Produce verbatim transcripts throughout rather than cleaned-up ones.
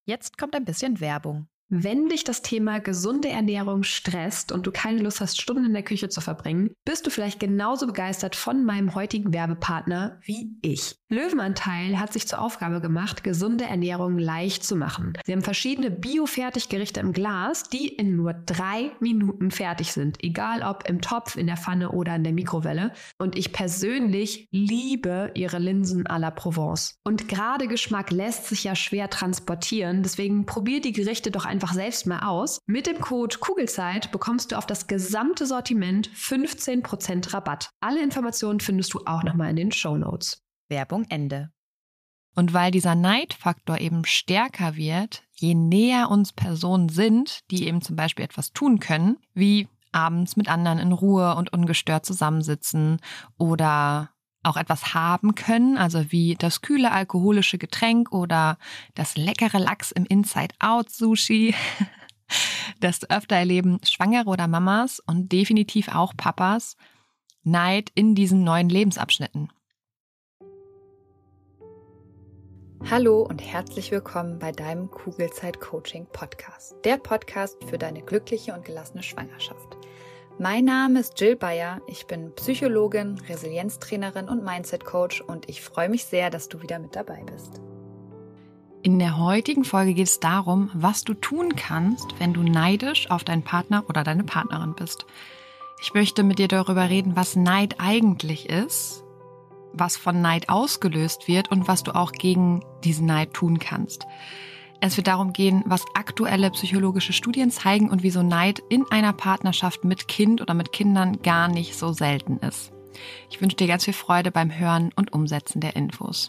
Jetzt kommt ein bisschen Werbung. Wenn dich das Thema gesunde Ernährung stresst und du keine Lust hast, Stunden in der Küche zu verbringen, bist du vielleicht genauso begeistert von meinem heutigen Werbepartner wie ich. Löwenanteil hat sich zur Aufgabe gemacht, gesunde Ernährung leicht zu machen. Sie haben verschiedene Bio-Fertiggerichte im Glas, die in nur drei Minuten fertig sind, egal ob im Topf, in der Pfanne oder in der Mikrowelle. Und ich persönlich liebe ihre Linsen à la Provence. Und gerade Geschmack lässt sich ja schwer transportieren, deswegen probier die Gerichte doch einfach selbst mal aus. Mit dem Code Kugelzeit bekommst du auf das gesamte Sortiment fünfzehn Prozent Rabatt. Alle Informationen findest du auch nochmal in den Shownotes. Werbung Ende. Und weil dieser Neidfaktor eben stärker wird, je näher uns Personen sind, die eben zum Beispiel etwas tun können, wie abends mit anderen in Ruhe und ungestört zusammensitzen oder auch etwas haben können, also wie das kühle alkoholische Getränk oder das leckere Lachs im Inside-Out-Sushi, das öfter erleben Schwangere oder Mamas und definitiv auch Papas Neid in diesen neuen Lebensabschnitten. Hallo und herzlich willkommen bei deinem Kugelzeit-Coaching-Podcast, der Podcast für deine glückliche und gelassene Schwangerschaft. Mein Name ist Jill Bayer, ich bin Psychologin, Resilienztrainerin und Mindset-Coach und ich freue mich sehr, dass du wieder mit dabei bist. In der heutigen Folge geht es darum, was du tun kannst, wenn du neidisch auf deinen Partner oder deine Partnerin bist. Ich möchte mit dir darüber reden, was Neid eigentlich ist, was von Neid ausgelöst wird und was du auch gegen diesen Neid tun kannst. Es wird darum gehen, was aktuelle psychologische Studien zeigen und wieso Neid in einer Partnerschaft mit Kind oder mit Kindern gar nicht so selten ist. Ich wünsche dir ganz viel Freude beim Hören und Umsetzen der Infos.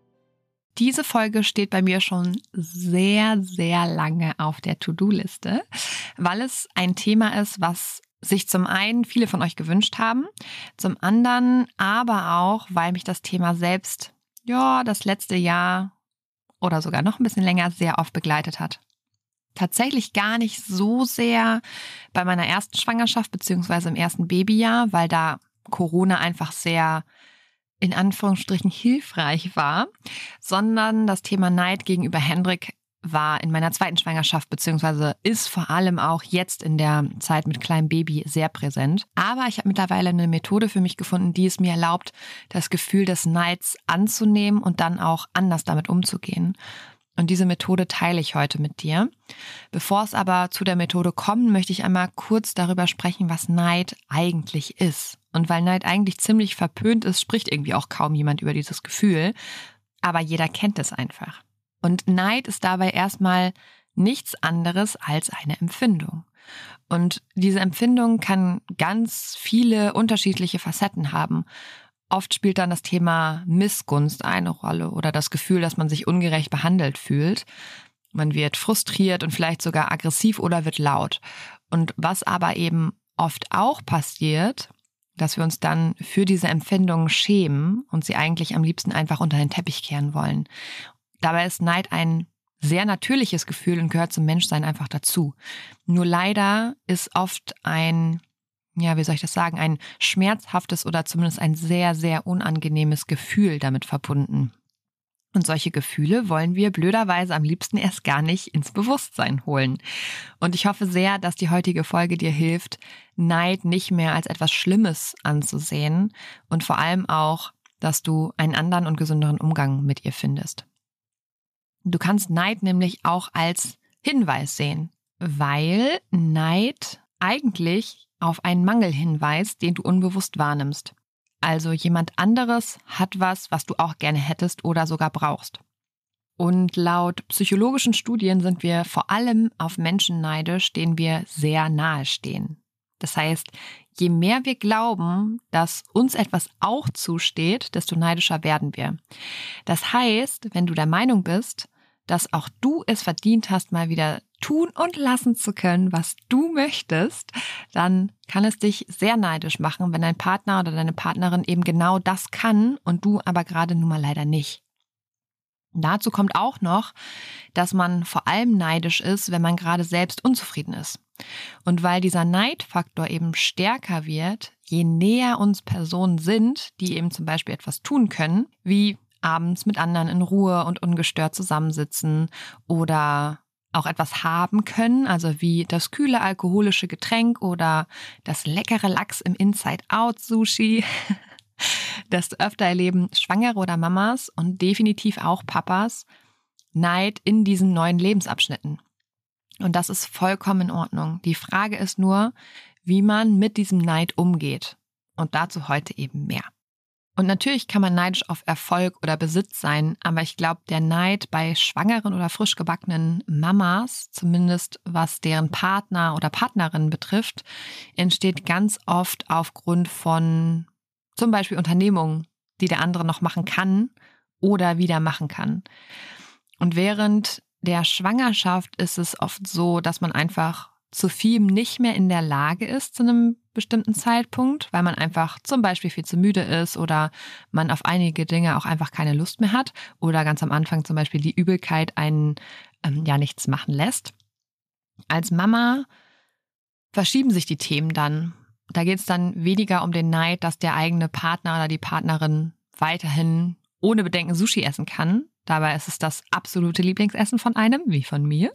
Diese Folge steht bei mir schon sehr, sehr lange auf der To-Do-Liste, weil es ein Thema ist, was sich zum einen viele von euch gewünscht haben, zum anderen aber auch, weil mich das Thema selbst, ja, das letzte Jahr oder sogar noch ein bisschen länger sehr oft begleitet hat. Tatsächlich gar nicht so sehr bei meiner ersten Schwangerschaft beziehungsweise im ersten Babyjahr, weil da Corona einfach sehr in Anführungsstrichen hilfreich war, sondern das Thema Neid gegenüber Hendrik war in meiner zweiten Schwangerschaft beziehungsweise ist vor allem auch jetzt in der Zeit mit kleinem Baby sehr präsent. Aber ich habe mittlerweile eine Methode für mich gefunden, die es mir erlaubt, das Gefühl des Neids anzunehmen und dann auch anders damit umzugehen. Und diese Methode teile ich heute mit dir. Bevor es aber zu der Methode kommt, möchte ich einmal kurz darüber sprechen, was Neid eigentlich ist. Und weil Neid eigentlich ziemlich verpönt ist, spricht irgendwie auch kaum jemand über dieses Gefühl. Aber jeder kennt es einfach. Und Neid ist dabei erstmal nichts anderes als eine Empfindung. Und diese Empfindung kann ganz viele unterschiedliche Facetten haben. Oft spielt dann das Thema Missgunst eine Rolle oder das Gefühl, dass man sich ungerecht behandelt fühlt. Man wird frustriert und vielleicht sogar aggressiv oder wird laut. Und was aber eben oft auch passiert, dass wir uns dann für diese Empfindungen schämen und sie eigentlich am liebsten einfach unter den Teppich kehren wollen. Dabei ist Neid ein sehr natürliches Gefühl und gehört zum Menschsein einfach dazu. Nur leider ist oft ein, ja, wie soll ich das sagen, ein schmerzhaftes oder zumindest ein sehr, sehr unangenehmes Gefühl damit verbunden. Und solche Gefühle wollen wir blöderweise am liebsten erst gar nicht ins Bewusstsein holen. Und ich hoffe sehr, dass die heutige Folge dir hilft, Neid nicht mehr als etwas Schlimmes anzusehen und vor allem auch, dass du einen anderen und gesünderen Umgang mit ihr findest. Du kannst Neid nämlich auch als Hinweis sehen, weil Neid eigentlich auf einen Mangel hinweist, den du unbewusst wahrnimmst. Also jemand anderes hat was, was du auch gerne hättest oder sogar brauchst. Und laut psychologischen Studien sind wir vor allem auf Menschen neidisch, denen wir sehr nahe stehen. Das heißt, je mehr wir glauben, dass uns etwas auch zusteht, desto neidischer werden wir. Das heißt, wenn du der Meinung bist, dass auch du es verdient hast, mal wieder tun und lassen zu können, was du möchtest, dann kann es dich sehr neidisch machen, wenn dein Partner oder deine Partnerin eben genau das kann und du aber gerade nun mal leider nicht. Dazu kommt auch noch, dass man vor allem neidisch ist, wenn man gerade selbst unzufrieden ist. Und weil dieser Neidfaktor eben stärker wird, je näher uns Personen sind, die eben zum Beispiel etwas tun können, wie abends mit anderen in Ruhe und ungestört zusammensitzen oder auch etwas haben können, also wie das kühle alkoholische Getränk oder das leckere Lachs im Inside-Out-Sushi. Das öfter erleben Schwangere oder Mamas und definitiv auch Papas Neid in diesen neuen Lebensabschnitten. Und das ist vollkommen in Ordnung. Die Frage ist nur, wie man mit diesem Neid umgeht. Und dazu heute eben mehr. Und natürlich kann man neidisch auf Erfolg oder Besitz sein, aber ich glaube, der Neid bei schwangeren oder frisch gebackenen Mamas, zumindest was deren Partner oder Partnerin betrifft, entsteht ganz oft aufgrund von zum Beispiel Unternehmungen, die der andere noch machen kann oder wieder machen kann. Und während der Schwangerschaft ist es oft so, dass man einfach zu vielem nicht mehr in der Lage ist zu einem bestimmten Zeitpunkt, weil man einfach zum Beispiel viel zu müde ist oder man auf einige Dinge auch einfach keine Lust mehr hat oder ganz am Anfang zum Beispiel die Übelkeit einen ähm, ja nichts machen lässt. Als Mama verschieben sich die Themen dann. Da geht es dann weniger um den Neid, dass der eigene Partner oder die Partnerin weiterhin ohne Bedenken Sushi essen kann. Dabei ist es das absolute Lieblingsessen von einem, wie von mir.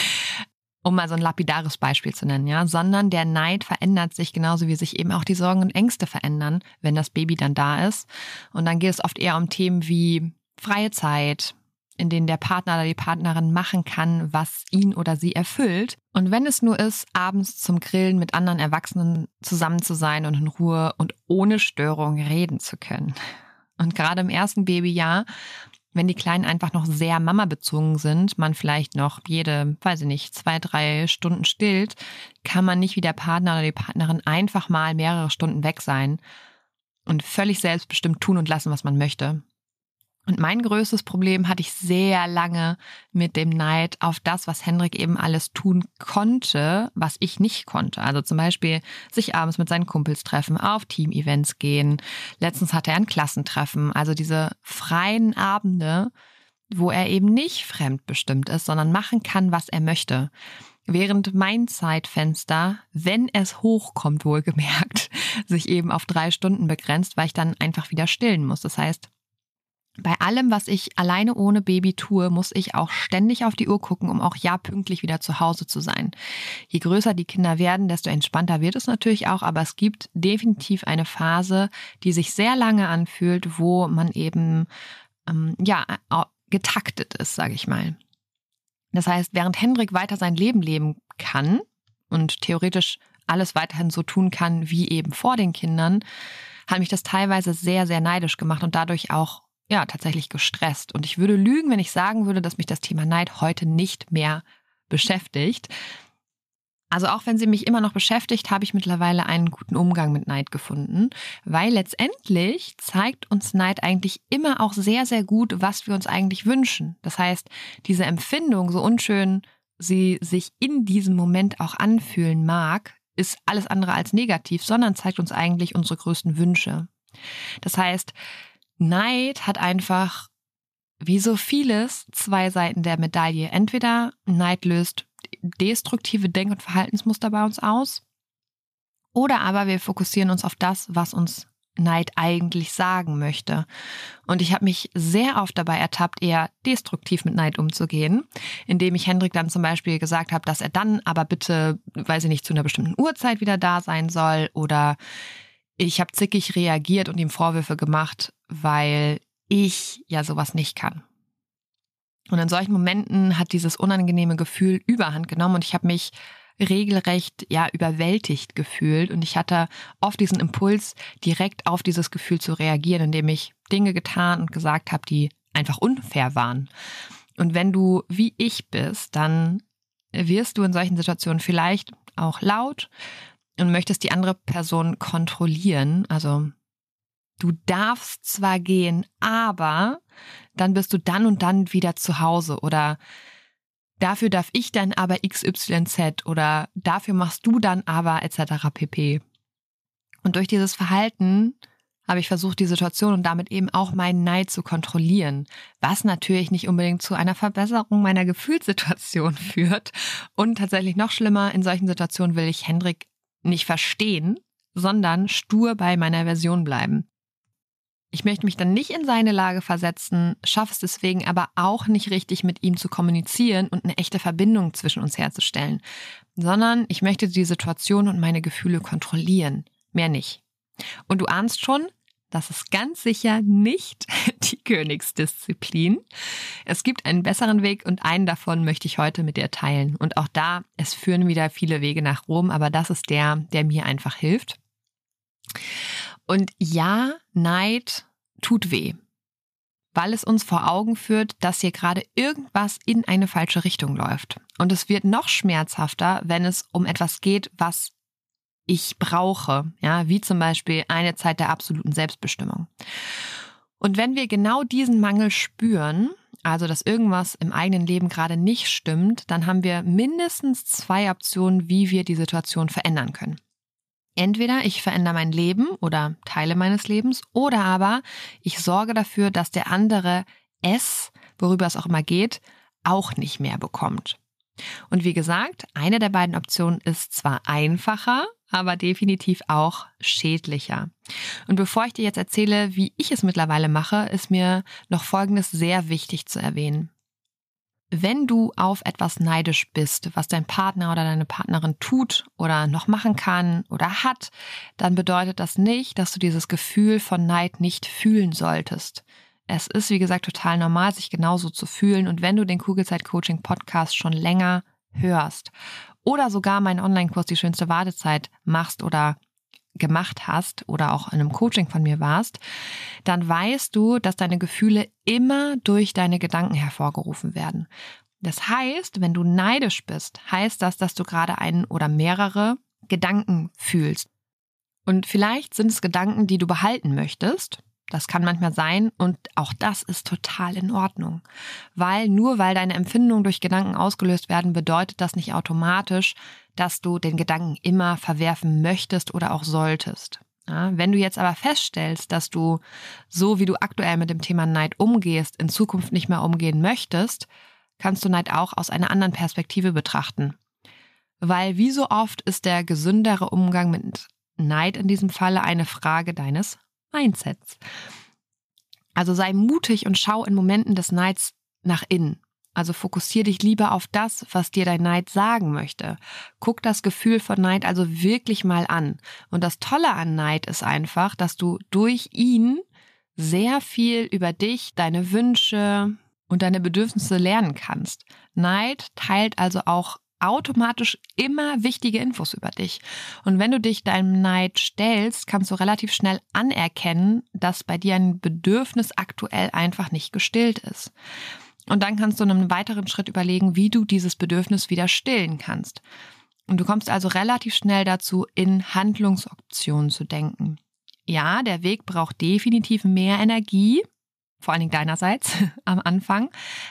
Um mal so ein lapidares Beispiel zu nennen, ja, sondern der Neid verändert sich genauso, wie sich eben auch die Sorgen und Ängste verändern, wenn das Baby dann da ist. Und dann geht es oft eher um Themen wie freie Zeit, in denen der Partner oder die Partnerin machen kann, was ihn oder sie erfüllt. Und wenn es nur ist, abends zum Grillen mit anderen Erwachsenen zusammen zu sein und in Ruhe und ohne Störung reden zu können. Und gerade im ersten Babyjahr, wenn die Kleinen einfach noch sehr mamabezogen sind, man vielleicht noch jede, weiß ich nicht, zwei, drei Stunden stillt, kann man nicht wie der Partner oder die Partnerin einfach mal mehrere Stunden weg sein und völlig selbstbestimmt tun und lassen, was man möchte. Und mein größtes Problem hatte ich sehr lange mit dem Neid auf das, was Hendrik eben alles tun konnte, was ich nicht konnte. Also zum Beispiel sich abends mit seinen Kumpels treffen, auf Team-Events gehen. Letztens hatte er ein Klassentreffen. Also diese freien Abende, wo er eben nicht fremdbestimmt ist, sondern machen kann, was er möchte. Während mein Zeitfenster, wenn es hochkommt, wohlgemerkt, sich eben auf drei Stunden begrenzt, weil ich dann einfach wieder stillen muss. Das heißt, bei allem, was ich alleine ohne Baby tue, muss ich auch ständig auf die Uhr gucken, um auch ja pünktlich wieder zu Hause zu sein. Je größer die Kinder werden, desto entspannter wird es natürlich auch, aber es gibt definitiv eine Phase, die sich sehr lange anfühlt, wo man eben ähm, ja getaktet ist, sage ich mal. Das heißt, während Hendrik weiter sein Leben leben kann und theoretisch alles weiterhin so tun kann wie eben vor den Kindern, hat mich das teilweise sehr, sehr neidisch gemacht und dadurch auch ja, tatsächlich gestresst. Und ich würde lügen, wenn ich sagen würde, dass mich das Thema Neid heute nicht mehr beschäftigt. Also auch wenn sie mich immer noch beschäftigt, habe ich mittlerweile einen guten Umgang mit Neid gefunden, weil letztendlich zeigt uns Neid eigentlich immer auch sehr, sehr gut, was wir uns eigentlich wünschen. Das heißt, diese Empfindung, so unschön sie sich in diesem Moment auch anfühlen mag, ist alles andere als negativ, sondern zeigt uns eigentlich unsere größten Wünsche. Das heißt, Neid hat einfach, wie so vieles, zwei Seiten der Medaille. Entweder Neid löst destruktive Denk- und Verhaltensmuster bei uns aus, oder aber wir fokussieren uns auf das, was uns Neid eigentlich sagen möchte. Und ich habe mich sehr oft dabei ertappt, eher destruktiv mit Neid umzugehen, indem ich Hendrik dann zum Beispiel gesagt habe, dass er dann aber bitte, weiß ich nicht, zu einer bestimmten Uhrzeit wieder da sein soll, oder ich habe zickig reagiert und ihm Vorwürfe gemacht, weil ich ja sowas nicht kann. Und in solchen Momenten hat dieses unangenehme Gefühl Überhand genommen und ich habe mich regelrecht ja überwältigt gefühlt und ich hatte oft diesen Impuls, direkt auf dieses Gefühl zu reagieren, indem ich Dinge getan und gesagt habe, die einfach unfair waren. Und wenn du wie ich bist, dann wirst du in solchen Situationen vielleicht auch laut und möchtest die andere Person kontrollieren. Also du darfst zwar gehen, aber dann bist du dann und dann wieder zu Hause oder dafür darf ich dann aber X Y Z oder dafür machst du dann aber et cetera pp. Und durch dieses Verhalten habe ich versucht, die Situation und damit eben auch meinen Neid zu kontrollieren, was natürlich nicht unbedingt zu einer Verbesserung meiner Gefühlssituation führt. Und tatsächlich noch schlimmer, in solchen Situationen will ich Hendrik nicht verstehen, sondern stur bei meiner Version bleiben. Ich möchte mich dann nicht in seine Lage versetzen, schaffe es deswegen aber auch nicht richtig, mit ihm zu kommunizieren und eine echte Verbindung zwischen uns herzustellen, sondern ich möchte die Situation und meine Gefühle kontrollieren, mehr nicht. Und du ahnst schon, das ist ganz sicher nicht die Königsdisziplin. Es gibt einen besseren Weg und einen davon möchte ich heute mit dir teilen. Und auch da, es führen wieder viele Wege nach Rom, aber das ist der, der mir einfach hilft. Und ja, Neid tut weh, weil es uns vor Augen führt, dass hier gerade irgendwas in eine falsche Richtung läuft. Und es wird noch schmerzhafter, wenn es um etwas geht, was ich brauche, ja, wie zum Beispiel eine Zeit der absoluten Selbstbestimmung. Und wenn wir genau diesen Mangel spüren, also dass irgendwas im eigenen Leben gerade nicht stimmt, dann haben wir mindestens zwei Optionen, wie wir die Situation verändern können. Entweder ich verändere mein Leben oder Teile meines Lebens oder aber ich sorge dafür, dass der andere es, worüber es auch immer geht, auch nicht mehr bekommt. Und wie gesagt, eine der beiden Optionen ist zwar einfacher, aber definitiv auch schädlicher. Und bevor ich dir jetzt erzähle, wie ich es mittlerweile mache, ist mir noch Folgendes sehr wichtig zu erwähnen. Wenn du auf etwas neidisch bist, was dein Partner oder deine Partnerin tut oder noch machen kann oder hat, dann bedeutet das nicht, dass du dieses Gefühl von Neid nicht fühlen solltest. Es ist, wie gesagt, total normal, sich genauso zu fühlen. Und wenn du den Kugelzeit-Coaching-Podcast schon länger hörst oder sogar meinen Online-Kurs Die schönste Wartezeit machst oder gemacht hast oder auch in einem Coaching von mir warst, dann weißt du, dass deine Gefühle immer durch deine Gedanken hervorgerufen werden. Das heißt, wenn du neidisch bist, heißt das, dass du gerade einen oder mehrere Gedanken fühlst. Und vielleicht sind es Gedanken, die du behalten möchtest. Das kann manchmal sein und auch das ist total in Ordnung. Weil nur weil deine Empfindungen durch Gedanken ausgelöst werden, bedeutet das nicht automatisch, dass du den Gedanken immer verwerfen möchtest oder auch solltest. Ja, wenn du jetzt aber feststellst, dass du, so wie du aktuell mit dem Thema Neid umgehst, in Zukunft nicht mehr umgehen möchtest, kannst du Neid auch aus einer anderen Perspektive betrachten. Weil wie so oft ist der gesündere Umgang mit Neid in diesem Falle eine Frage deines Mindsets. Also sei mutig und schau in Momenten des Neids nach innen. Also fokussier dich lieber auf das, was dir dein Neid sagen möchte. Guck das Gefühl von Neid also wirklich mal an. Und das Tolle an Neid ist einfach, dass du durch ihn sehr viel über dich, deine Wünsche und deine Bedürfnisse lernen kannst. Neid teilt also auch automatisch immer wichtige Infos über dich. Und wenn du dich deinem Neid stellst, kannst du relativ schnell anerkennen, dass bei dir ein Bedürfnis aktuell einfach nicht gestillt ist. Und dann kannst du in einem weiteren Schritt überlegen, wie du dieses Bedürfnis wieder stillen kannst. Und du kommst also relativ schnell dazu, in Handlungsoptionen zu denken. Ja, der Weg braucht definitiv mehr Energie, vor allen Dingen deinerseits am Anfang,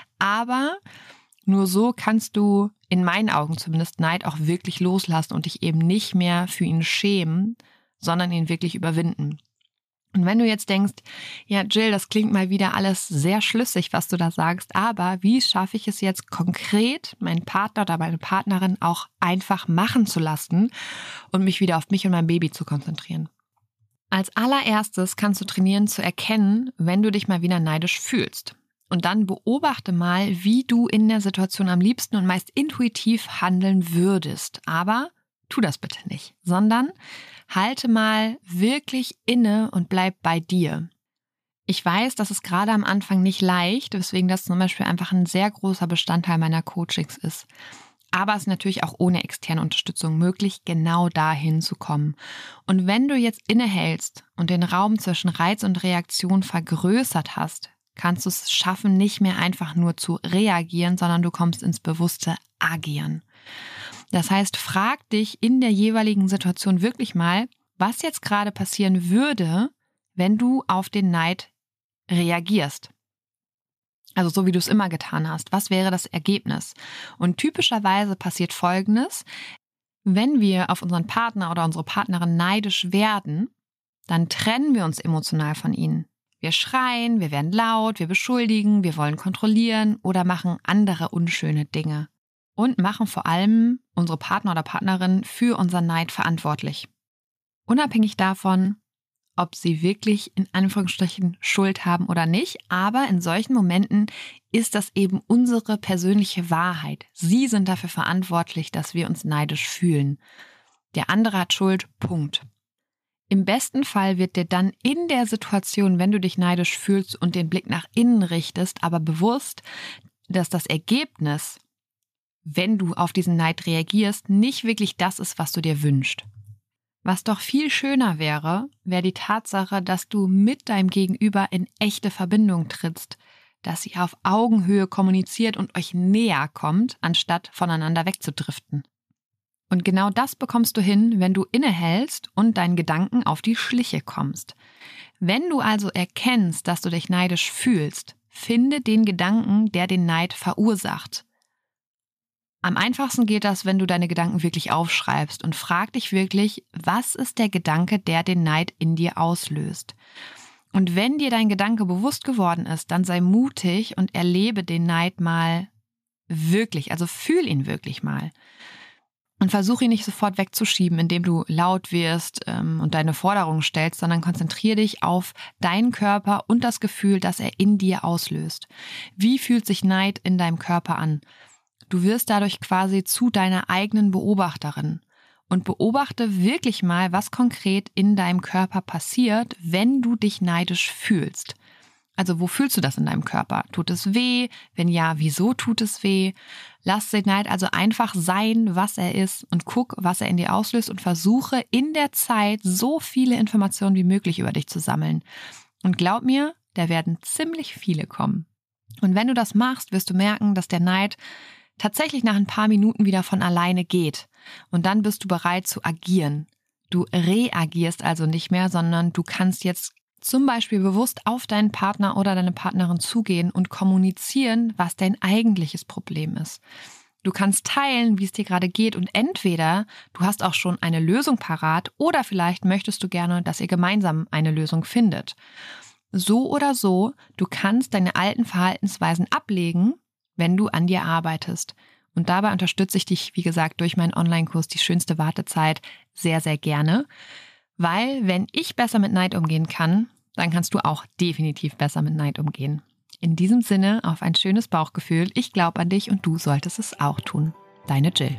aber nur so kannst du in meinen Augen zumindest Neid auch wirklich loslassen und dich eben nicht mehr für ihn schämen, sondern ihn wirklich überwinden. Und wenn du jetzt denkst, ja Jill, das klingt mal wieder alles sehr schlüssig, was du da sagst, aber wie schaffe ich es jetzt konkret, meinen Partner oder meine Partnerin auch einfach machen zu lassen und mich wieder auf mich und mein Baby zu konzentrieren? Als allererstes kannst du trainieren zu erkennen, wenn du dich mal wieder neidisch fühlst. Und dann beobachte mal, wie du in der Situation am liebsten und meist intuitiv handeln würdest. Aber tu das bitte nicht, sondern halte mal wirklich inne und bleib bei dir. Ich weiß, das ist gerade am Anfang nicht leicht, weswegen das zum Beispiel einfach ein sehr großer Bestandteil meiner Coachings ist. Aber es ist natürlich auch ohne externe Unterstützung möglich, genau dahin zu kommen. Und wenn du jetzt innehältst und den Raum zwischen Reiz und Reaktion vergrößert hast, kannst du es schaffen, nicht mehr einfach nur zu reagieren, sondern du kommst ins bewusste Agieren. Das heißt, frag dich in der jeweiligen Situation wirklich mal, was jetzt gerade passieren würde, wenn du auf den Neid reagierst. Also so wie du es immer getan hast. Was wäre das Ergebnis? Und typischerweise passiert Folgendes: Wenn wir auf unseren Partner oder unsere Partnerin neidisch werden, dann trennen wir uns emotional von ihnen. Wir schreien, wir werden laut, wir beschuldigen, wir wollen kontrollieren oder machen andere unschöne Dinge. Und machen vor allem unsere Partner oder Partnerin für unseren Neid verantwortlich. Unabhängig davon, ob sie wirklich in Anführungsstrichen Schuld haben oder nicht. Aber in solchen Momenten ist das eben unsere persönliche Wahrheit. Sie sind dafür verantwortlich, dass wir uns neidisch fühlen. Der andere hat Schuld, Punkt. Im besten Fall wird dir dann in der Situation, wenn du dich neidisch fühlst und den Blick nach innen richtest, aber bewusst, dass das Ergebnis, wenn du auf diesen Neid reagierst, nicht wirklich das ist, was du dir wünschst. Was doch viel schöner wäre, wäre die Tatsache, dass du mit deinem Gegenüber in echte Verbindung trittst, dass ihr auf Augenhöhe kommuniziert und euch näher kommt, anstatt voneinander wegzudriften. Und genau das bekommst du hin, wenn du innehältst und deinen Gedanken auf die Schliche kommst. Wenn du also erkennst, dass du dich neidisch fühlst, finde den Gedanken, der den Neid verursacht. Am einfachsten geht das, wenn du deine Gedanken wirklich aufschreibst und frag dich wirklich, was ist der Gedanke, der den Neid in dir auslöst? Und wenn dir dein Gedanke bewusst geworden ist, dann sei mutig und erlebe den Neid mal wirklich, also fühl ihn wirklich mal. Und versuch ihn nicht sofort wegzuschieben, indem du laut wirst ähm, und deine Forderungen stellst, sondern konzentriere dich auf deinen Körper und das Gefühl, das er in dir auslöst. Wie fühlt sich Neid in deinem Körper an? Du wirst dadurch quasi zu deiner eigenen Beobachterin und beobachte wirklich mal, was konkret in deinem Körper passiert, wenn du dich neidisch fühlst. Also wo fühlst du das in deinem Körper? Tut es weh? Wenn ja, wieso tut es weh? Lass den Neid also einfach sein, was er ist und guck, was er in dir auslöst und versuche in der Zeit so viele Informationen wie möglich über dich zu sammeln. Und glaub mir, da werden ziemlich viele kommen. Und wenn du das machst, wirst du merken, dass der Neid tatsächlich nach ein paar Minuten wieder von alleine geht. Und dann bist du bereit zu agieren. Du reagierst also nicht mehr, sondern du kannst jetzt zum Beispiel bewusst auf deinen Partner oder deine Partnerin zugehen und kommunizieren, was dein eigentliches Problem ist. Du kannst teilen, wie es dir gerade geht und entweder du hast auch schon eine Lösung parat oder vielleicht möchtest du gerne, dass ihr gemeinsam eine Lösung findet. So oder so, du kannst deine alten Verhaltensweisen ablegen, wenn du an dir arbeitest. Und dabei unterstütze ich dich, wie gesagt, durch meinen Online-Kurs Die schönste Wartezeit sehr, sehr gerne. Weil wenn ich besser mit Neid umgehen kann, dann kannst du auch definitiv besser mit Neid umgehen. In diesem Sinne auf ein schönes Bauchgefühl. Ich glaube an dich und du solltest es auch tun. Deine Jill.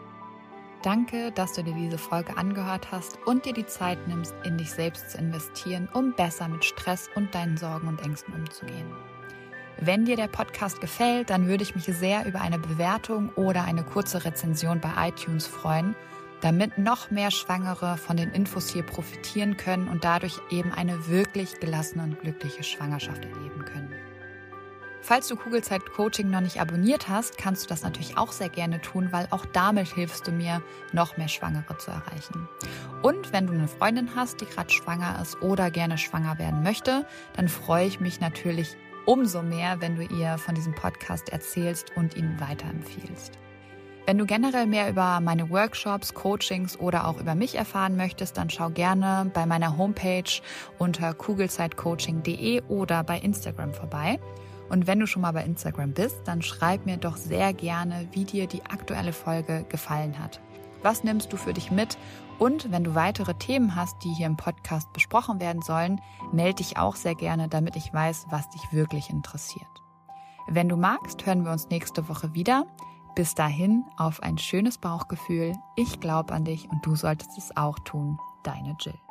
Danke, dass du dir diese Folge angehört hast und dir die Zeit nimmst, in dich selbst zu investieren, um besser mit Stress und deinen Sorgen und Ängsten umzugehen. Wenn dir der Podcast gefällt, dann würde ich mich sehr über eine Bewertung oder eine kurze Rezension bei iTunes freuen, damit noch mehr Schwangere von den Infos hier profitieren können und dadurch eben eine wirklich gelassene und glückliche Schwangerschaft erleben können. Falls du Kugelzeit Coaching noch nicht abonniert hast, kannst du das natürlich auch sehr gerne tun, weil auch damit hilfst du mir, noch mehr Schwangere zu erreichen. Und wenn du eine Freundin hast, die gerade schwanger ist oder gerne schwanger werden möchte, dann freue ich mich natürlich umso mehr, wenn du ihr von diesem Podcast erzählst und ihn weiterempfiehlst. Wenn du generell mehr über meine Workshops, Coachings oder auch über mich erfahren möchtest, dann schau gerne bei meiner Homepage unter kugelzeitcoaching punkt de oder bei Instagram vorbei. Und wenn du schon mal bei Instagram bist, dann schreib mir doch sehr gerne, wie dir die aktuelle Folge gefallen hat. Was nimmst du für dich mit? Und wenn du weitere Themen hast, die hier im Podcast besprochen werden sollen, melde dich auch sehr gerne, damit ich weiß, was dich wirklich interessiert. Wenn du magst, hören wir uns nächste Woche wieder. Bis dahin auf ein schönes Bauchgefühl. Ich glaube an dich und du solltest es auch tun. Deine Jill.